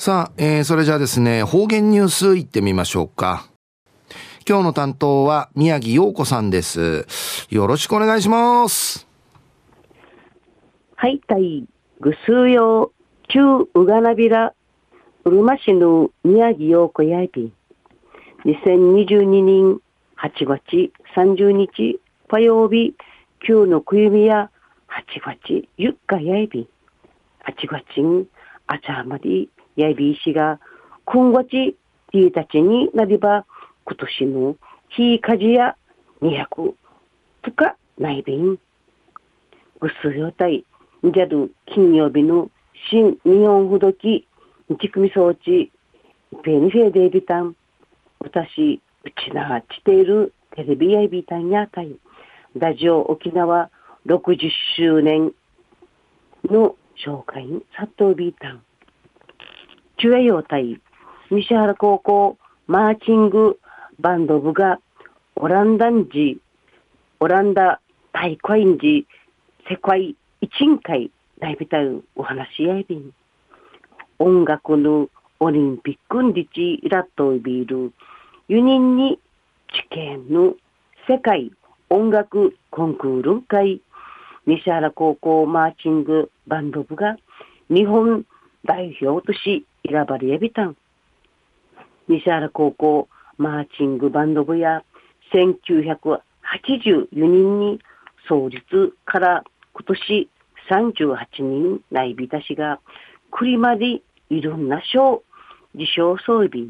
さあ、それじゃあですね、方言ニュースいってみましょうか。今日の担当は宮城陽子さんです。よろしくお願いします。 はい、たいぐすうよう旧うがなびらうるま市の宮城陽子やいびん2022年8月30日火曜日旧のくゆみや8月ゆっかやいびん8月んあちゃまりやいびいしが今月1日になりば今年のひいかじや200とかないびんぐすうようたいじゃる金曜日の新日本ほどき日組装置ペニフェデービタン私うちなちているテレビやいびたんやたいラジオ沖縄60周年の紹介に殺到ビータン中英用隊西原高校マーチングバンド部がオランダ大会時世界一員会大ビタルお話やいびん音楽のオリンピックんりちイラットビール輸人に知見の世界音楽コンクール会西原高校マーチングバンド部が日本代表とし選ばれやびたん西原高校マーチングバンド部や1984人に創立から今年38人ないびたしがくりまでいろんな賞受賞装備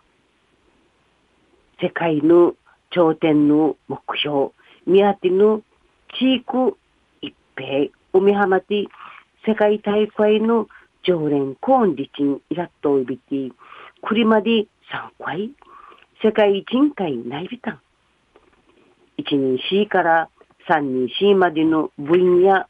世界の頂点の目標見当ての地域一平海浜で世界大会の常連コーンリチンイラットウビティくりまで3回世界人会ないびたん1人 C から3人 C までの部員や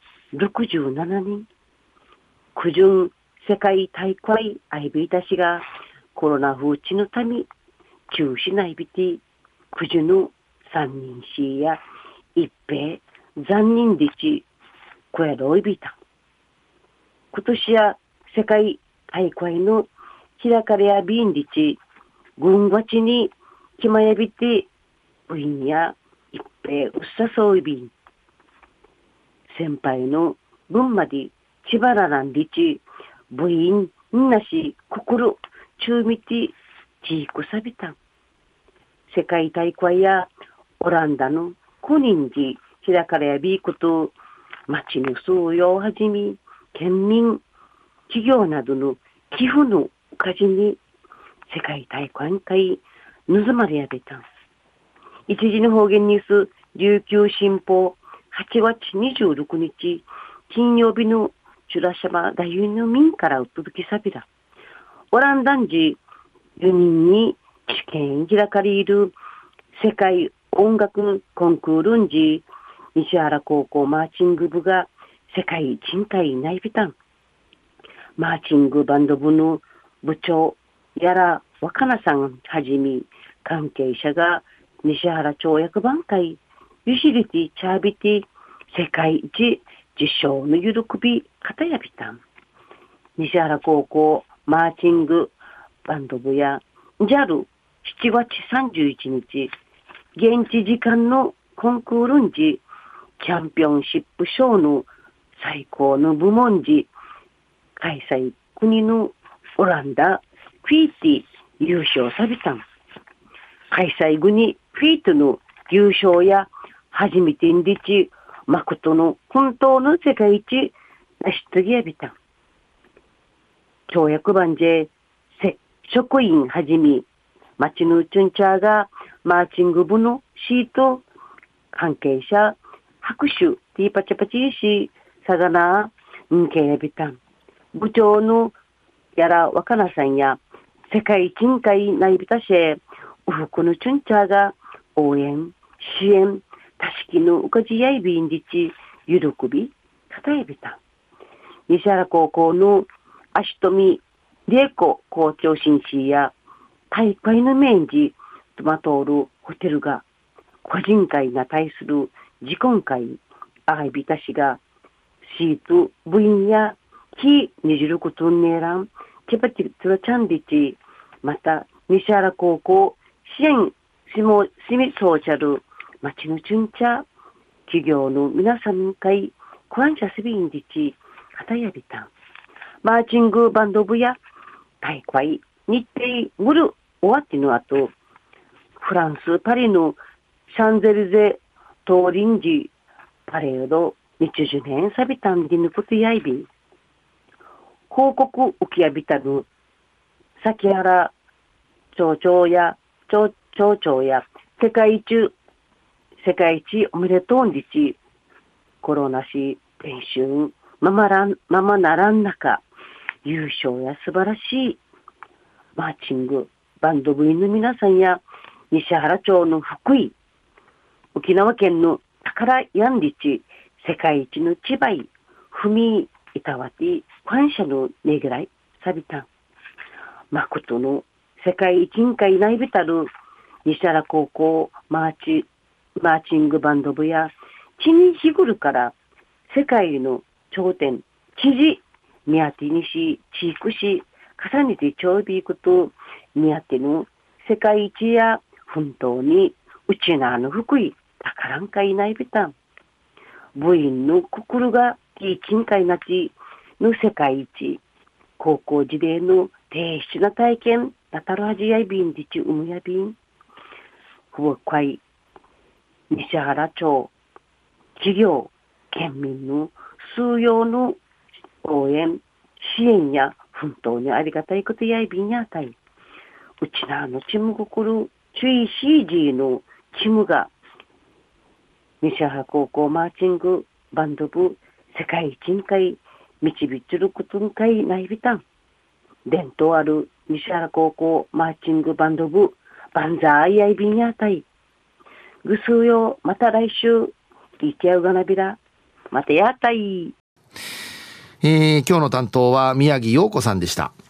67人苦順世界大会アイビーたちがコロナ風知のため中止ないびて苦順の3人 C や一平残忍でちこやろいびた今年や世界大会の開かれやびんりち軍がちに決まやびて部員や一平うっさそういびん先輩の分までちばらなんりち部員んなし心中見てちいくさびたん世界大会やオランダの9人で開かれやびこと町の数用をはじめ県民企業などの寄付のおかじに世界大会会ぬずまれやびたん一時の方言ニュース琉球新報8月26日金曜日のチュラシャバ大ユの民からお届けさびらオランダンジ4人に試験開かれる世界音楽コンクールンジ西原高校マーチング部が世界人会内ビタンマーチングバンド部の部長やら若菜さんはじめ関係者が西原町役番会ユシリティチャービティ世界一受賞の喜び方やびたん西原高校マーチングバンド部や JAL 7月31日現地時間のコンクールン時チャンピオンシップ賞の最高の部門時開催国のオランダフィーティ優勝さびたん開催後にフィートの優勝や初めてんりち誠の本当の世界一成し遂げやびたん町役番で職員はじめ町のチュンチャーがマーチング部のシート関係者拍手ティーパチャパチしさがなんけやびたん部長のやら若菜さんや世界人会内びたしウフクのチュンチャーが応援支援たしきのうかじやいびんりちゆるくびかたやびたん西原高校の足富玲子校長紳士や大会の面事とまとおるホテルが個人会が対する自婚会あいびたしがシート部員や非にじることねらん千葉チツロチャンリチ、また、西原高校、支援、シミソーシャル、町のチュンチャ、企業の皆さん会、クワンシャスビンリチ、片やびたん。マーチングバンド部や大会、日程、ムル、終わっての後、フランス、パリのシャンゼリゼ、東林寺、パレード、日中年サビタンディヌクティアイビ、広告浮きやびたる、崎原町長や世界一おめでとうにち、コロナし、練習、ままならん中、優勝や素晴らしいマーチング、バンド部員の皆さんや、西原町の福井、沖縄県の宝やんりち、世界一の千葉井、ふみいたわて、感謝のねぐらい、さびたん。まことの世界一委員会内びたる、西原高校マーチングバンド部や、地に日ぐるから世界の頂点、知事、宮手にし、地域し、重ねてちょうびいくと、宮手の世界一や奮闘に、うちなの福井、宝んかいないびたん。部員の心が、いいちんかいなちの世界一、高校時代の低質な体験、なたるはじやいびんじちうむやびん。ふわかい、西原町、企業、県民の数用の応援、支援や奮闘にありがたいことやいびんやたい。うちなのチム心、注意 CG のチムが、西原高校マーチングバンド部世界一委員会導ちることんかいないびたん。伝統ある西原高校マーチングバンド部バンザーイアイビンやたい。ぐすうよ、また来週、いけやうがなびら、またやたい。 今日の担当は宮城陽子さんでした。